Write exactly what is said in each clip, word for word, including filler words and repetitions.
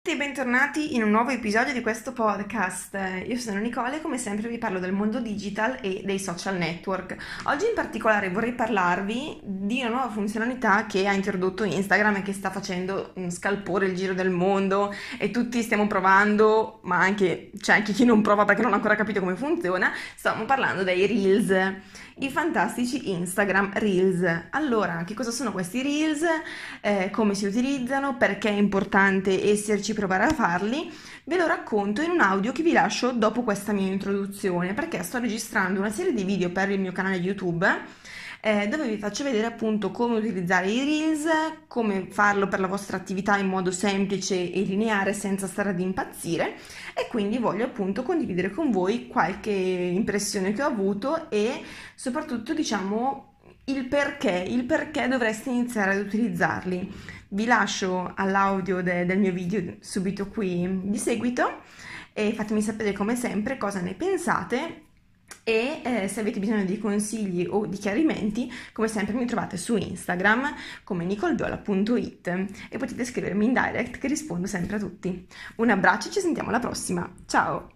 E bentornati in un nuovo episodio di questo podcast. Io sono Nicole e come sempre vi parlo del mondo digital e dei social network. Oggi in particolare vorrei parlarvi di una nuova funzionalità che ha introdotto Instagram e che sta facendo un scalpore il giro del mondo e tutti stiamo provando, ma anche c'è anche chi non prova perché non ha ancora capito come funziona. Stiamo parlando dei Reels. I fantastici Instagram Reels. Allora, che cosa sono questi Reels? Eh, come si utilizzano? Perché è importante esserci, provare a farli? Ve lo racconto in un audio che vi lascio dopo questa mia introduzione, perché sto registrando una serie di video per il mio canale YouTube eh, dove vi faccio vedere appunto come utilizzare i Reels, come farlo per la vostra attività in modo semplice e lineare senza stare ad impazzire, e quindi voglio appunto condividere con voi qualche impressione che ho avuto e soprattutto diciamo il perché, il perché dovreste iniziare ad utilizzarli. Vi lascio all'audio de- del mio video subito qui di seguito e fatemi sapere come sempre cosa ne pensate e eh, se avete bisogno di consigli o di chiarimenti, come sempre mi trovate su Instagram come nicoleviola punto it e potete scrivermi in direct che rispondo sempre a tutti. Un abbraccio e ci sentiamo alla prossima. Ciao!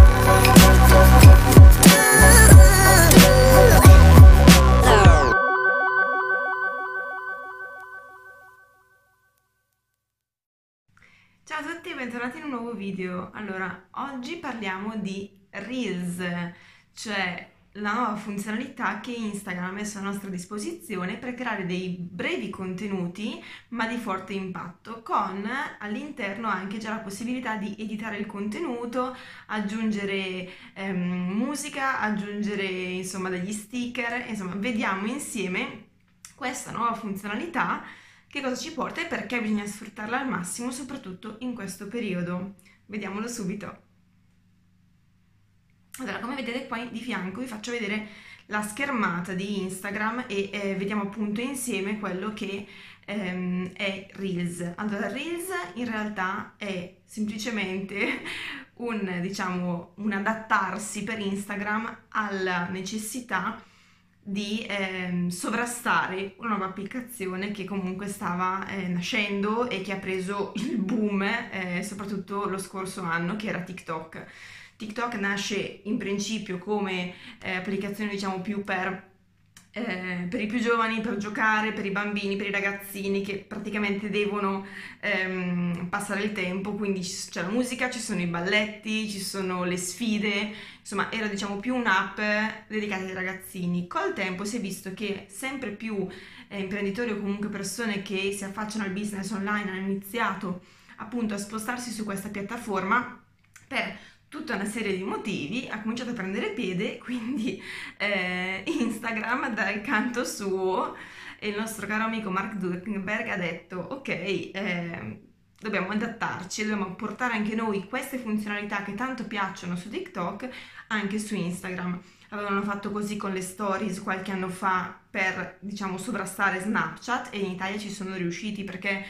Ciao a tutti e bentornati in un nuovo video. Allora, oggi parliamo di Reels, cioè la nuova funzionalità che Instagram ha messo a nostra disposizione per creare dei brevi contenuti ma di forte impatto, con all'interno anche già la possibilità di editare il contenuto, aggiungere ehm, musica, aggiungere insomma degli sticker, insomma vediamo insieme questa nuova funzionalità, che cosa ci porta e perché bisogna sfruttarla al massimo, soprattutto in questo periodo. Vediamolo subito. Allora, come vedete qua di fianco vi faccio vedere la schermata di Instagram e eh, vediamo appunto insieme quello che ehm, è Reels. Allora, Reels in realtà è semplicemente un, diciamo, un adattarsi per Instagram alla necessità di ehm, sovrastare una nuova applicazione che comunque stava eh, nascendo e che ha preso il boom eh, soprattutto lo scorso anno, che era TikTok. TikTok nasce in principio come eh, applicazione diciamo più per eh, per i più giovani, per giocare, per i bambini, per i ragazzini che praticamente devono ehm, passare il tempo, quindi c'è la musica, ci sono i balletti, ci sono le sfide, insomma era diciamo più un'app dedicata ai ragazzini. Col tempo si è visto che sempre più eh, imprenditori o comunque persone che si affacciano al business online hanno iniziato appunto a spostarsi su questa piattaforma per tutta una serie di motivi, ha cominciato a prendere piede, quindi eh, Instagram dal canto suo e il nostro caro amico Mark Zuckerberg ha detto ok, eh, dobbiamo adattarci, dobbiamo portare anche noi queste funzionalità che tanto piacciono su TikTok anche su Instagram. Avevano fatto così con le stories qualche anno fa per, diciamo, sovrastare Snapchat e in Italia ci sono riusciti perché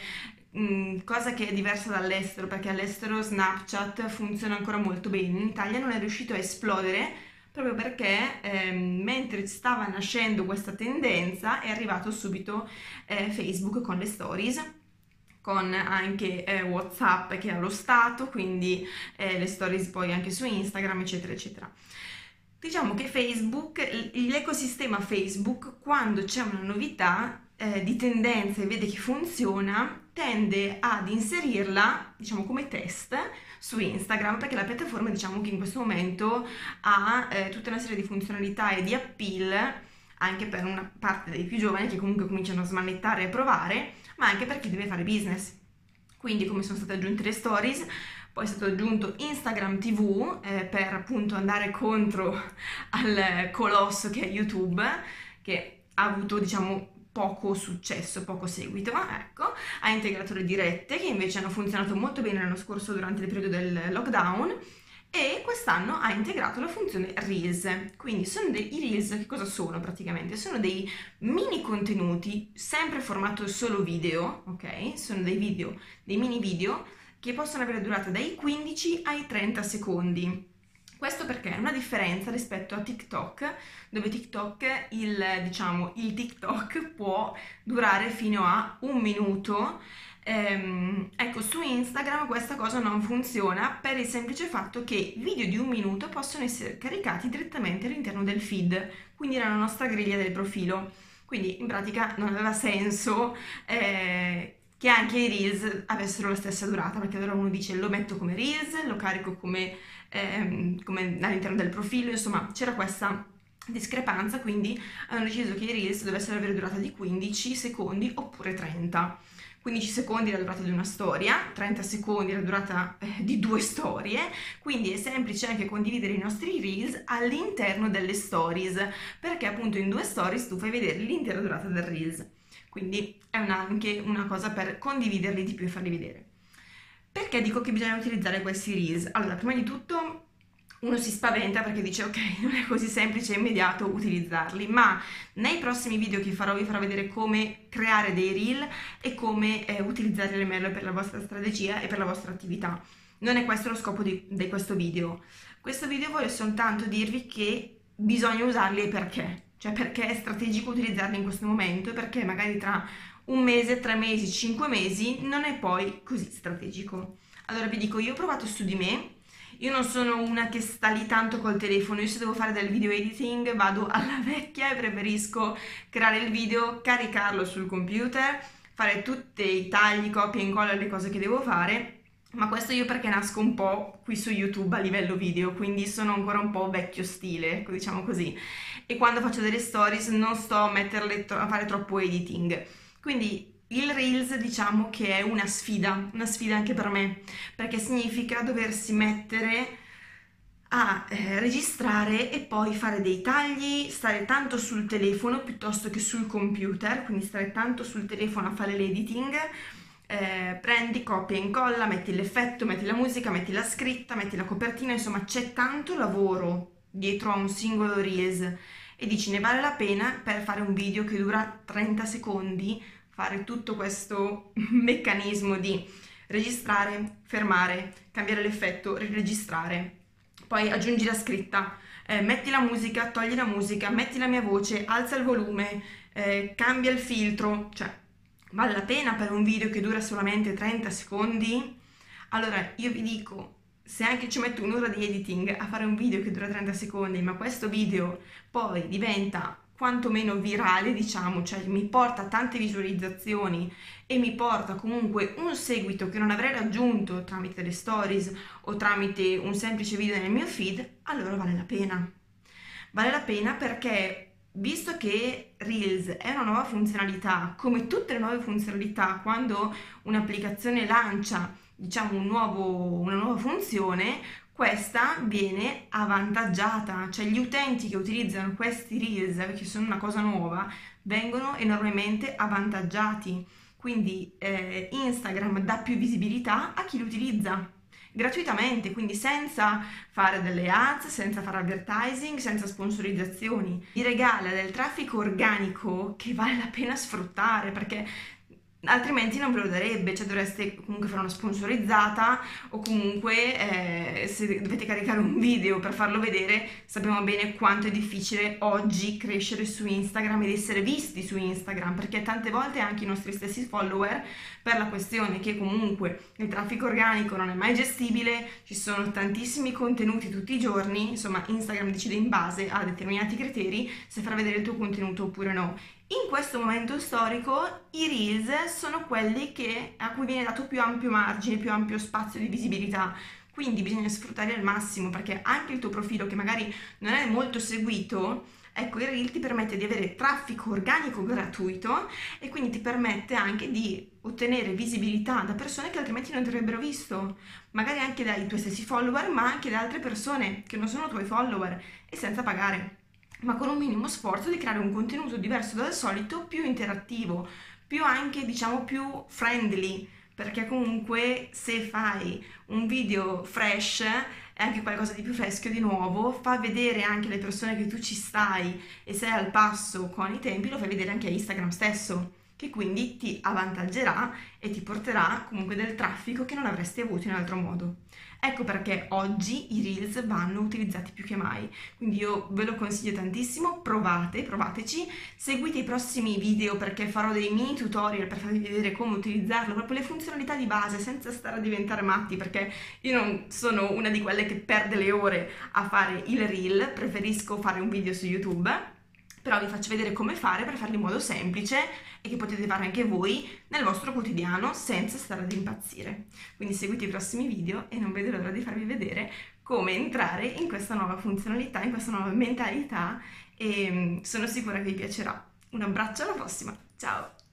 Mm, cosa che è diversa dall'estero, perché all'estero Snapchat funziona ancora molto bene, in Italia non è riuscito a esplodere proprio perché ehm, mentre stava nascendo questa tendenza è arrivato subito eh, Facebook con le stories, con anche eh, WhatsApp che è allo stato, quindi eh, le stories poi anche su Instagram, eccetera, eccetera. Diciamo che Facebook, l'ecosistema Facebook, quando c'è una novità eh, di tendenza e vede che funziona, tende ad inserirla, diciamo, come test su Instagram, perché la piattaforma, diciamo che in questo momento ha eh, tutta una serie di funzionalità e di appeal anche per una parte dei più giovani che comunque cominciano a smanettare e a provare, ma anche per chi deve fare business. Quindi, come sono state aggiunte le stories, poi è stato aggiunto Instagram T V eh, per appunto andare contro al colosso che è YouTube, che ha avuto diciamo poco successo, poco seguito, ma ecco, ha integrato le dirette che invece hanno funzionato molto bene l'anno scorso durante il periodo del lockdown, e quest'anno ha integrato la funzione Reels. Quindi sono dei i Reels, che cosa sono praticamente? Sono dei mini contenuti, sempre formato solo video, ok? Sono dei video, dei mini video che possono avere durata dai quindici ai trenta secondi. Questo perché è una differenza rispetto a TikTok, dove TikTok, il, diciamo, il TikTok può durare fino a un minuto, Ehm, ecco, su Instagram questa cosa non funziona per il semplice fatto che video di un minuto possono essere caricati direttamente all'interno del feed, quindi nella nostra griglia del profilo. Quindi in pratica non aveva senso eh, che anche i Reels avessero la stessa durata, perché allora uno dice lo metto come Reels, lo carico come, ehm, come all'interno del profilo, insomma c'era questa discrepanza, quindi hanno deciso che i Reels dovessero avere durata di quindici secondi oppure trenta. quindici secondi la durata di una storia, trenta secondi la durata eh, di due storie, quindi è semplice anche condividere i nostri Reels all'interno delle stories, perché appunto in due stories tu fai vedere l'intera durata del Reels. Quindi è una, anche una cosa per condividerli di più e farli vedere. Perché dico che bisogna utilizzare questi Reels? Allora, prima di tutto uno si spaventa perché dice ok, non è così semplice e immediato utilizzarli, ma nei prossimi video che farò vi farò vedere come creare dei Reel e come eh, utilizzarli al meglio per la vostra strategia e per la vostra attività. Non è questo lo scopo di, di questo video. Questo video voglio soltanto dirvi che bisogna usarli e perché. Cioè perché è strategico utilizzarli in questo momento e perché magari tra un mese, tre mesi, cinque mesi non è poi così strategico. Allora vi dico, io ho provato su di me. Io non sono una che sta lì tanto col telefono, io se devo fare del video editing vado alla vecchia e preferisco creare il video, caricarlo sul computer, fare tutti i tagli, copia e incolla, le cose che devo fare, ma questo io perché nasco un po' qui su YouTube a livello video, quindi sono ancora un po' vecchio stile, diciamo così, e quando faccio delle stories non sto a, metterle a fare troppo editing, quindi il Reels diciamo che è una sfida, una sfida anche per me, perché significa doversi mettere a eh, registrare e poi fare dei tagli, stare tanto sul telefono piuttosto che sul computer, quindi stare tanto sul telefono a fare l'editing, eh, prendi, copia e incolla, metti l'effetto, metti la musica, metti la scritta, metti la copertina, insomma c'è tanto lavoro dietro a un singolo Reels e dici ne vale la pena per fare un video che dura trenta secondi, fare tutto questo meccanismo di registrare, fermare, cambiare l'effetto, riregistrare, poi aggiungi la scritta, eh, metti la musica, togli la musica, metti la mia voce, alza il volume, eh, cambia il filtro, cioè vale la pena per un video che dura solamente trenta secondi? Allora io vi dico, se anche ci metto un'ora di editing a fare un video che dura trenta secondi, ma questo video poi diventa quantomeno virale, diciamo, cioè mi porta tante visualizzazioni e mi porta comunque un seguito che non avrei raggiunto tramite le stories o tramite un semplice video nel mio feed, allora vale la pena. Vale la pena perché visto che Reels è una nuova funzionalità, come tutte le nuove funzionalità, quando un'applicazione lancia, diciamo, un nuovo, una nuova funzione, questa viene avvantaggiata, cioè gli utenti che utilizzano questi Reels, che sono una cosa nuova, vengono enormemente avvantaggiati. Quindi eh, Instagram dà più visibilità a chi li utilizza gratuitamente, quindi senza fare delle ads, senza fare advertising, senza sponsorizzazioni. Vi regala del traffico organico che vale la pena sfruttare perché altrimenti non ve lo darebbe, cioè dovreste comunque fare una sponsorizzata o comunque eh, se dovete caricare un video per farlo vedere, sappiamo bene quanto è difficile oggi crescere su Instagram ed essere visti su Instagram, perché tante volte anche i nostri stessi follower, per la questione che comunque il traffico organico non è mai gestibile, ci sono tantissimi contenuti tutti i giorni, insomma Instagram decide in base a determinati criteri se far vedere il tuo contenuto oppure no. In questo momento storico i Reels sono quelli che, a cui viene dato più ampio margine, più ampio spazio di visibilità, quindi bisogna sfruttarli al massimo perché anche il tuo profilo che magari non è molto seguito, ecco il Reel ti permette di avere traffico organico gratuito e quindi ti permette anche di ottenere visibilità da persone che altrimenti non ti avrebbero visto, magari anche dai tuoi stessi follower ma anche da altre persone che non sono tuoi follower e senza pagare, ma con un minimo sforzo di creare un contenuto diverso dal solito, più interattivo, più anche diciamo più friendly, perché comunque se fai un video fresh è anche qualcosa di più fresco, di nuovo, fa vedere anche alle persone che tu ci stai e sei al passo con i tempi, lo fai vedere anche a Instagram stesso. che quindi ti avvantaggerà e ti porterà comunque del traffico che non avresti avuto in altro modo. Ecco perché oggi i Reels vanno utilizzati più che mai, quindi io ve lo consiglio tantissimo, provate, provateci, seguite i prossimi video perché farò dei mini tutorial per farvi vedere come utilizzarlo, proprio le funzionalità di base senza stare a diventare matti, perché io non sono una di quelle che perde le ore a fare il Reel, preferisco fare un video su YouTube. Però vi faccio vedere come fare per farlo in modo semplice e che potete fare anche voi nel vostro quotidiano senza stare ad impazzire. Quindi seguite i prossimi video e non vedo l'ora di farvi vedere come entrare in questa nuova funzionalità, in questa nuova mentalità e sono sicura che vi piacerà. Un abbraccio, alla prossima, ciao!